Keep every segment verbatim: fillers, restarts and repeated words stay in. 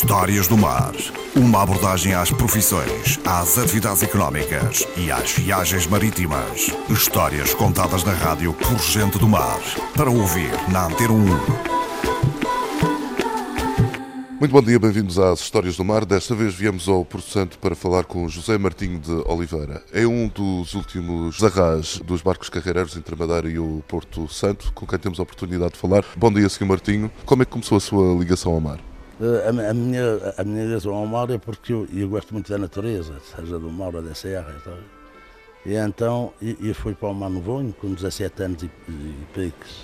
Histórias do Mar. Uma abordagem às profissões, às atividades económicas e às viagens marítimas. Histórias contadas na rádio por gente do mar. Para ouvir na Antena um. Muito bom dia, bem-vindos às Histórias do Mar. Desta vez viemos ao Porto Santo para falar com José Martinho de Oliveira. É um dos últimos arrais dos barcos carreireiros entre a Madeira e o Porto Santo, com quem temos a oportunidade de falar. Bom dia, senhor Martinho. Como é que começou a sua ligação ao mar? A, a, minha, a minha ligação ao mar é porque eu, eu gosto muito da natureza, seja do mar ou da serra. Então, e então eu, eu fui para o Mar Novo com dezassete anos e, e piques.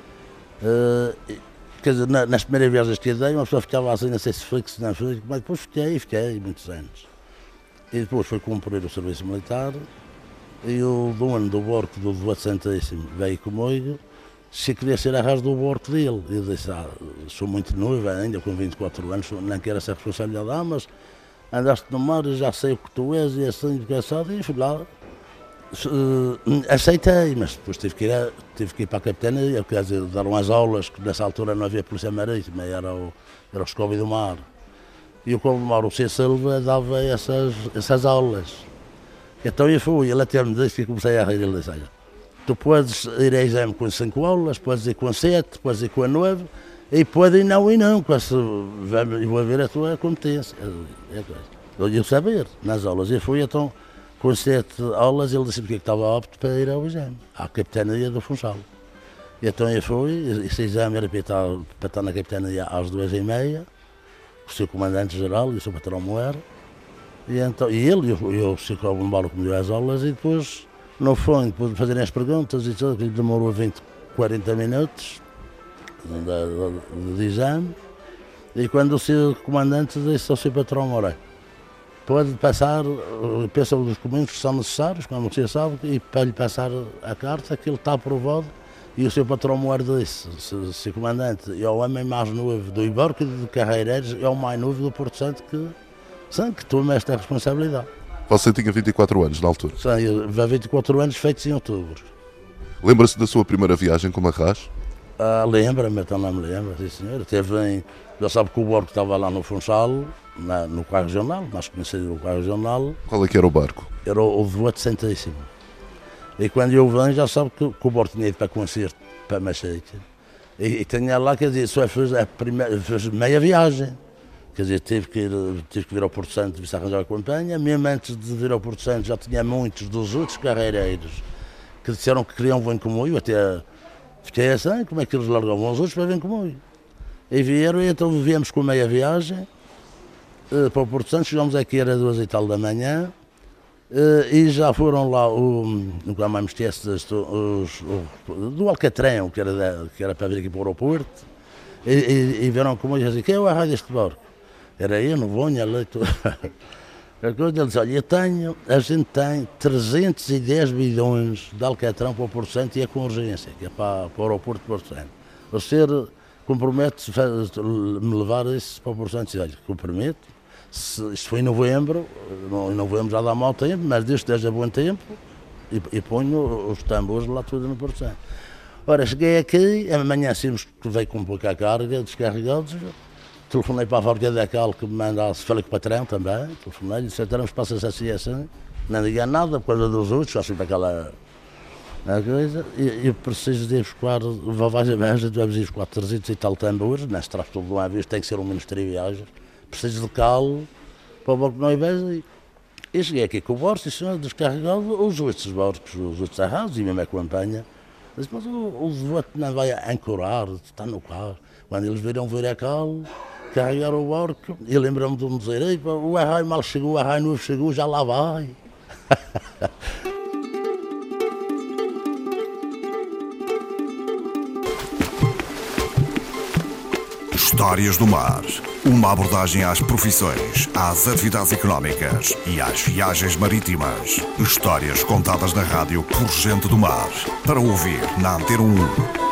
Uh, quer dizer, na, nas primeiras viagens que eu dei, uma pessoa ficava assim, não sei se foi, se não foi, mas depois fiquei, fiquei muitos anos. E depois fui cumprir o serviço militar e o dono do barco do Voto Santíssimo veio comigo. Se queria ser arras do barco dele, eu disse, ah, sou muito noiva ainda, com vinte e quatro anos, não quero essa responsabilidade, ah, mas andaste no mar e já sei o que tu és e assim, desgraçado, e fui lá, uh, aceitei, mas depois tive que ir, a, tive que ir para a capitania, quer dizer, dar umas aulas, que nessa altura não havia polícia marítima, era o, era o Escobi do Mar, e o Escobi do Mar, o C. Silva, dava essas, essas aulas, então eu fui, ele até me disse que comecei a rir, ele disse, olha, tu podes ir a exame com cinco aulas, podes ir com sete, podes ir com a nove, e pode ir não e não, eu vou ver a tua competência. Eu ia saber, nas aulas. Eu fui então com sete aulas, ele disse-me que estava apto para ir ao exame, à capitania do Funchal. E então eu fui, esse exame era para estar, para estar na capitania às duas e meia, o seu comandante-geral e o seu patrão Moer, e, então, e ele, eu, eu, eu o bombalo que me deu as aulas, e depois... No fundo, depois de fazerem as perguntas e tudo, que demorou vinte, quarenta minutos de, de, de exame, e quando o seu comandante disse ao seu patrão Moreira, pode passar, pensa os documentos que são necessários, como você sabe, e para lhe passar a carta, que ele está aprovado, e o seu patrão Moreira disse, o seu comandante, é o homem mais novo do barco de carreireiros, é o mais novo do Porto Santo que, sim, que toma esta responsabilidade. Você tinha vinte e quatro anos na altura? Sim, eu vinte e quatro anos feitos em outubro. Lembra-se da sua primeira viagem como arras? Ah, lembra-me, então não me lembro, sim senhor. Teve em, já sabe que o barco estava lá no Funchal, na, no Quarto Regional, mais conhecido no Quarto Regional. Qual é que era o barco? Era o, o Voto Santíssimo. E quando eu venho, já sabe que, que o barco tinha ido para concerto, para Machique. E, e tinha lá, quer dizer, só fez, a primeira, fez meia viagem. Quer dizer, tive que, ir, tive que vir ao Porto Santo e arranjar a companhia. Mesmo antes de vir ao Porto Santo já tinha muitos dos outros carreireiros que disseram que queriam vir comigo. Até fiquei assim, como é que eles largavam os outros para vir comigo? E vieram, e então viemos com meia viagem uh, para o Porto Santo. Chegamos aqui, era duas e tal da manhã, uh, e já foram lá, o, nunca mais me esqueço, os, os, o, do Alcatrão, que era, da, que era para vir aqui para o aeroporto, e, e, e vieram comigo e diziam, quem é o arraio deste barco? Era eu, não vou, ali. Ele disse, olha, eu tenho, a gente tem trezentos e dez bilhões de Alcatrão para o Porto Santo e é com urgência, que é para, para o aeroporto de Porto Santo. Você compromete me levar isso para o Porto Santo? Olha, comprometo. Se, isto foi em novembro, em novembro já dá mau tempo, mas desde que esteja bom tempo, e, e ponho os tambores lá tudo no Porto Santo. Ora, cheguei aqui, amanhã tínhamos que veio com pouca carga, descarregados. Telefonei para a fábrica da Cal que me mandasse, falei com o patrão também, telefonei, disse, teremos passas assim assim, não diga nada por causa dos outros, só assim para aquela coisa, e eu preciso de ir buscar, vais a viagem, devemos ir buscar trezentos e tal tambores, não se traz tudo de uma vez, tem que ser um Ministério de Viagens, preciso de cal para o barco não ir bem, e cheguei aqui com o barco, e senhor, descarregado os outros barcos, os outros arrasos, e mesmo a companhia, disse, mas o, o voto não vai ancorar, está no carro, quando eles viram vir a cal, carregar o barco, e lembro-me de me dizer, o arraio mal chegou, o arraio novo chegou, já lá vai. Histórias do Mar. Uma abordagem às profissões, às atividades económicas e às viagens marítimas. Histórias contadas na rádio por gente do mar. Para ouvir na Antena um.